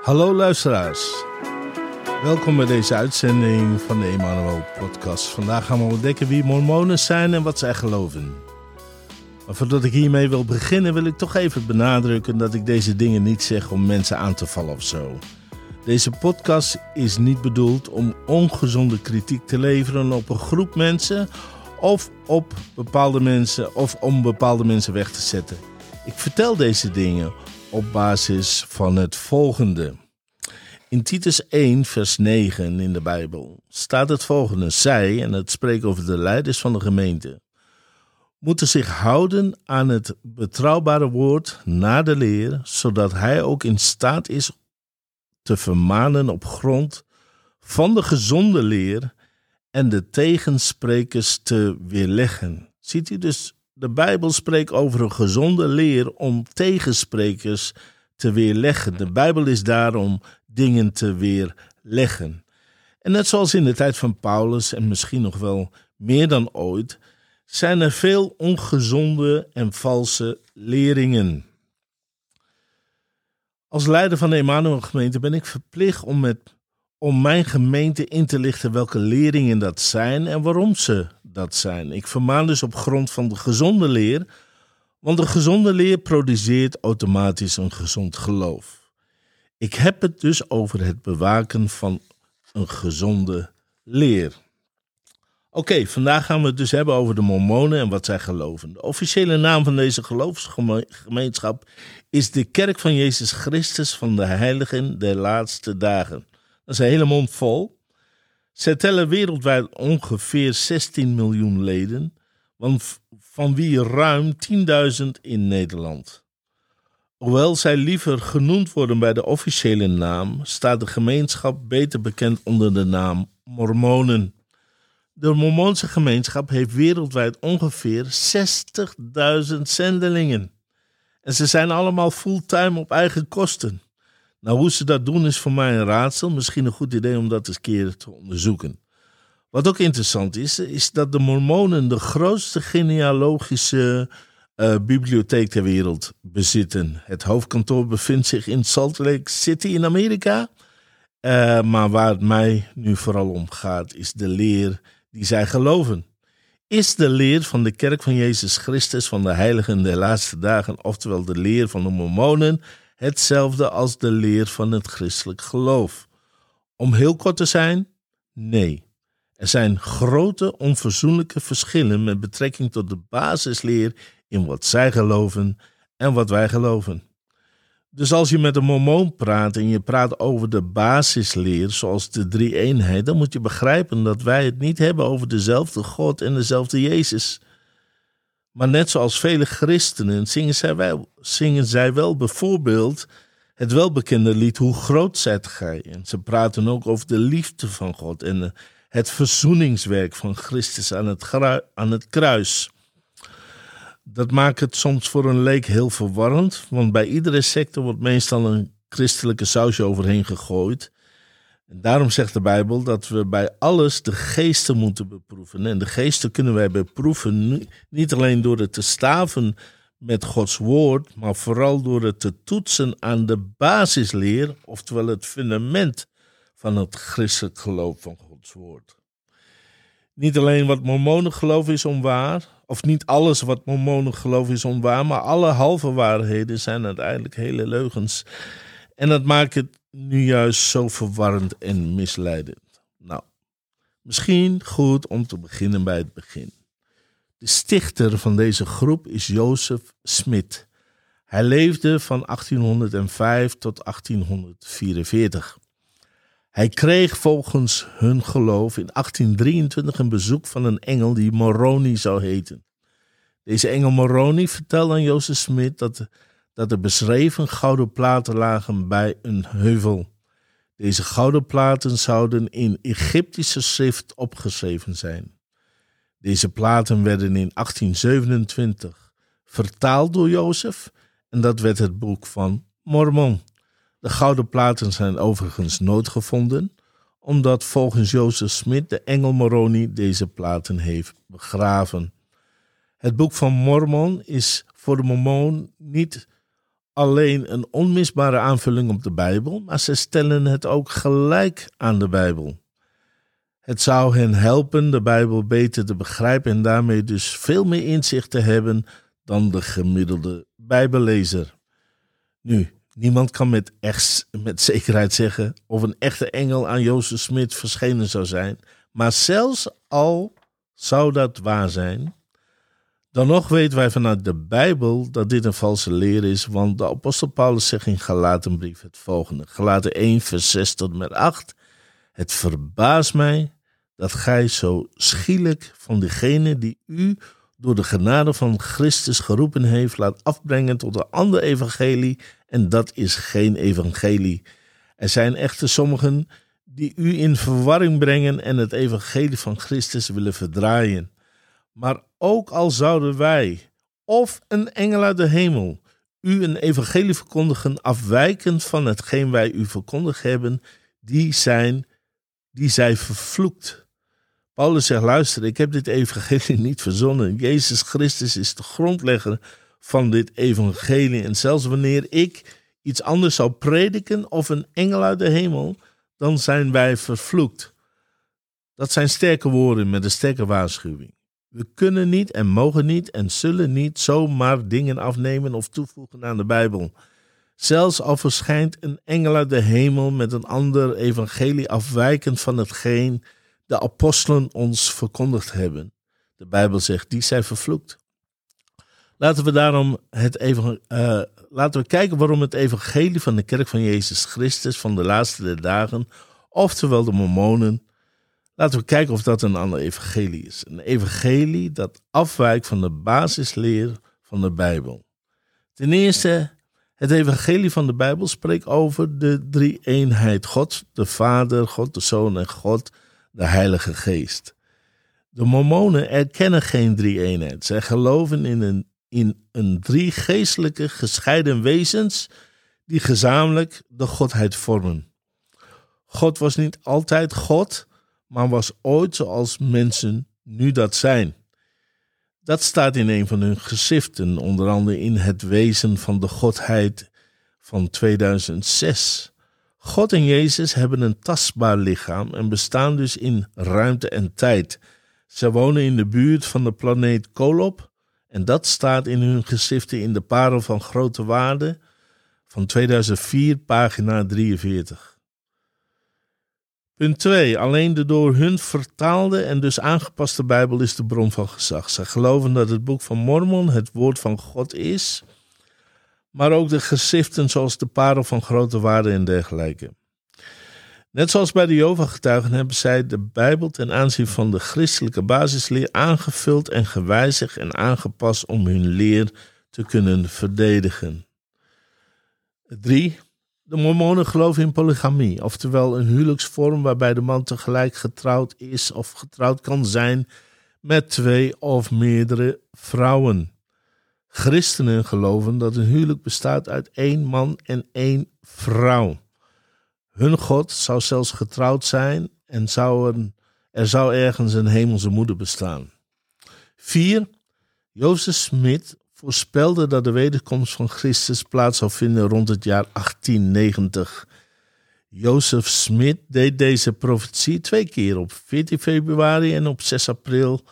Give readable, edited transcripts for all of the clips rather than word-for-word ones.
Hallo luisteraars, welkom bij deze uitzending van de Emmanuel podcast. Vandaag gaan we ontdekken wie mormonen zijn en wat zij geloven. Maar voordat ik hiermee wil beginnen wil ik toch even benadrukken dat ik deze dingen niet zeg om mensen aan te vallen of zo. Deze podcast is niet bedoeld om ongezonde kritiek te leveren op een groep mensen of op bepaalde mensen of om bepaalde mensen weg te zetten. Ik vertel deze dingen op basis van het volgende. In Titus 1 vers 9 in de Bijbel staat het volgende. Zij, en het spreekt over de leiders van de gemeente, moeten zich houden aan het betrouwbare woord naar de leer, zodat hij ook in staat is te vermanen op grond van de gezonde leer en de tegensprekers te weerleggen. Ziet u dus, de Bijbel spreekt over een gezonde leer om tegensprekers te weerleggen. De Bijbel is daar om dingen te weerleggen. En net zoals in de tijd van Paulus en misschien nog wel meer dan ooit, zijn er veel ongezonde en valse leringen. Als leider van de Emmanuel gemeente ben ik verplicht om mijn gemeente in te lichten welke leringen dat zijn en waarom ze dat zijn. Ik vermaan dus op grond van de gezonde leer, want de gezonde leer produceert automatisch een gezond geloof. Ik heb het dus over het bewaken van een gezonde leer. Oké, vandaag gaan we het dus hebben over de mormonen en wat zij geloven. De officiële naam van deze geloofsgemeenschap is de Kerk van Jezus Christus van de Heiligen der Laatste Dagen. Dat is een hele mond vol. Zij tellen wereldwijd ongeveer 16 miljoen leden, van wie ruim 10.000 in Nederland. Hoewel zij liever genoemd worden bij de officiële naam, staat de gemeenschap beter bekend onder de naam Mormonen. De Mormoonse gemeenschap heeft wereldwijd ongeveer 60.000 zendelingen. En ze zijn allemaal fulltime op eigen kosten. Nou, hoe ze dat doen is voor mij een raadsel. Misschien een goed idee om dat eens een keer te onderzoeken. Wat ook interessant is dat de Mormonen de grootste genealogische bibliotheek ter wereld bezitten. Het hoofdkantoor bevindt zich in Salt Lake City in Amerika. Maar waar het mij nu vooral om gaat is de leer die zij geloven. Is de leer van de Kerk van Jezus Christus van de Heiligen der Laatste Dagen, oftewel de leer van de Mormonen, hetzelfde als de leer van het christelijk geloof? Om heel kort te zijn, nee. Er zijn grote onverzoenlijke verschillen met betrekking tot de basisleer in wat zij geloven en wat wij geloven. Dus als je met een mormoon praat en je praat over de basisleer, zoals de drie-eenheid, dan moet je begrijpen dat wij het niet hebben over dezelfde God en dezelfde Jezus. Maar net zoals vele christenen zingen zij wel bijvoorbeeld het welbekende lied Hoe groot zijt gij. En ze praten ook over de liefde van God en het verzoeningswerk van Christus aan het kruis. Dat maakt het soms voor een leek heel verwarrend, want bij iedere secte wordt meestal een christelijke sausje overheen gegooid. En daarom zegt de Bijbel dat we bij alles de geesten moeten beproeven. En de geesten kunnen wij beproeven niet alleen door het te staven met Gods woord, maar vooral door het te toetsen aan de basisleer, oftewel het fundament van het christelijk geloof van Gods woord. Niet alleen wat mormonen geloven is onwaar, of niet alles wat mormonen geloven is onwaar, maar alle halve waarheden zijn uiteindelijk hele leugens. En dat maakt het nu juist zo verwarrend en misleidend. Nou, misschien goed om te beginnen bij het begin. De stichter van deze groep is Joseph Smith. Hij leefde van 1805 tot 1844. Hij kreeg volgens hun geloof in 1823 een bezoek van een engel die Moroni zou heten. Deze engel Moroni vertelde aan Joseph Smith dat er beschreven gouden platen lagen bij een heuvel. Deze gouden platen zouden in Egyptische schrift opgeschreven zijn. Deze platen werden in 1827 vertaald door Jozef en dat werd het boek van Mormon. De gouden platen zijn overigens nooit gevonden, omdat volgens Joseph Smith de engel Moroni deze platen heeft begraven. Het boek van Mormon is voor de Mormon niet alleen een onmisbare aanvulling op de Bijbel, maar ze stellen het ook gelijk aan de Bijbel. Het zou hen helpen de Bijbel beter te begrijpen en daarmee dus veel meer inzicht te hebben dan de gemiddelde Bijbellezer. Nu, niemand kan met zekerheid zeggen of een echte engel aan Jozef Smith verschenen zou zijn, maar zelfs al zou dat waar zijn, dan nog weten wij vanuit de Bijbel dat dit een valse leer is, want de apostel Paulus zegt in Galatenbrief het volgende. Galaten 1 vers 6 tot en met 8. Het verbaast mij dat gij zo schielijk van degene die u door de genade van Christus geroepen heeft laat afbrengen tot een ander evangelie, en dat is geen evangelie. Er zijn echter sommigen die u in verwarring brengen en het evangelie van Christus willen verdraaien. Maar ook al zouden wij of een engel uit de hemel u een evangelie verkondigen afwijkend van hetgeen wij u verkondigd hebben, die zij vervloekt. Paulus zegt, luister, ik heb dit evangelie niet verzonnen. Jezus Christus is de grondlegger van dit evangelie. En zelfs wanneer ik iets anders zou prediken of een engel uit de hemel, dan zijn wij vervloekt. Dat zijn sterke woorden met een sterke waarschuwing. We kunnen niet en mogen niet en zullen niet zomaar dingen afnemen of toevoegen aan de Bijbel. Zelfs al verschijnt een engel uit de hemel met een ander evangelie afwijkend van hetgeen de apostelen ons verkondigd hebben. De Bijbel zegt, die zijn vervloekt. Laten we kijken waarom het evangelie van de kerk van Jezus Christus van de laatste der dagen, oftewel de Mormonen, laten we kijken of dat een ander evangelie is. Een evangelie dat afwijkt van de basisleer van de Bijbel. Ten eerste, het evangelie van de Bijbel spreekt over de drie-eenheid. God de Vader, God de Zoon en God de Heilige Geest. De Mormonen erkennen geen drie-eenheid. Zij geloven in een drie geestelijke gescheiden wezens die gezamenlijk de Godheid vormen. God was niet altijd God, maar was ooit zoals mensen nu dat zijn. Dat staat in een van hun geschriften, onder andere in Het Wezen van de Godheid van 2006. God en Jezus hebben een tastbaar lichaam en bestaan dus in ruimte en tijd. Ze wonen in de buurt van de planeet Kolob en dat staat in hun geschriften in de Parel van Grote Waarde van 2004, pagina 43. Punt 2. Alleen de door hun vertaalde en dus aangepaste Bijbel is de bron van gezag. Ze geloven dat het boek van Mormon het woord van God is, maar ook de geschriften zoals de Parel van Grote Waarde en dergelijke. Net zoals bij de Jehova-getuigen hebben zij de Bijbel ten aanzien van de christelijke basisleer aangevuld en gewijzigd en aangepast om hun leer te kunnen verdedigen. 3. De Mormonen geloven in polygamie, oftewel een huwelijksvorm waarbij de man tegelijk getrouwd is of getrouwd kan zijn met 2 of meerdere vrouwen. Christenen geloven dat een huwelijk bestaat uit 1 man en 1 vrouw. Hun God zou zelfs getrouwd zijn en er zou ergens een hemelse moeder bestaan. 4. Jozef Smith voorspelde dat de wederkomst van Christus plaats zou vinden rond het jaar 1890. Jozef Smith deed deze profetie 2 keer, op 14 februari en op 6 april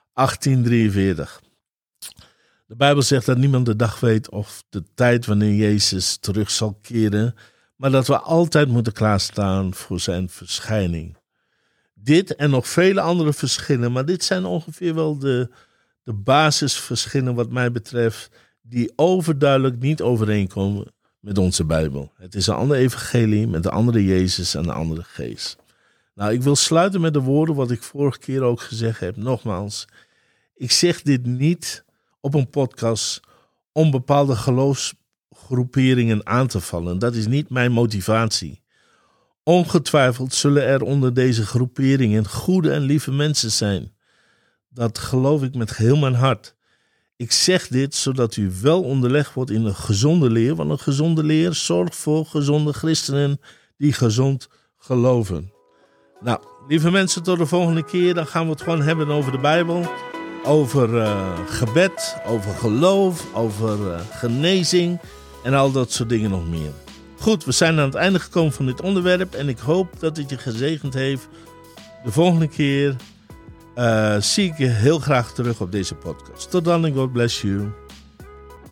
1843. De Bijbel zegt dat niemand de dag weet of de tijd wanneer Jezus terug zal keren, maar dat we altijd moeten klaarstaan voor zijn verschijning. Dit en nog vele andere verschillen, maar dit zijn ongeveer wel de basisverschillen wat mij betreft, die overduidelijk niet overeenkomen met onze Bijbel. Het is een ander evangelie met een andere Jezus en een andere geest. Nou, ik wil sluiten met de woorden wat ik vorige keer ook gezegd heb. Nogmaals, ik zeg dit niet op een podcast om bepaalde geloofsgroeperingen aan te vallen. Dat is niet mijn motivatie. Ongetwijfeld zullen er onder deze groeperingen goede en lieve mensen zijn. Dat geloof ik met heel mijn hart. Ik zeg dit zodat u wel onderlegd wordt in een gezonde leer, want een gezonde leer zorgt voor gezonde christenen die gezond geloven. Nou, lieve mensen, tot de volgende keer. Dan gaan we het gewoon hebben over de Bijbel, over gebed, over geloof, over genezing en al dat soort dingen nog meer. Goed, we zijn aan het einde gekomen van dit onderwerp en ik hoop dat het je gezegend heeft. De volgende keer zie ik je heel graag terug op deze podcast. Tot dan en God bless you.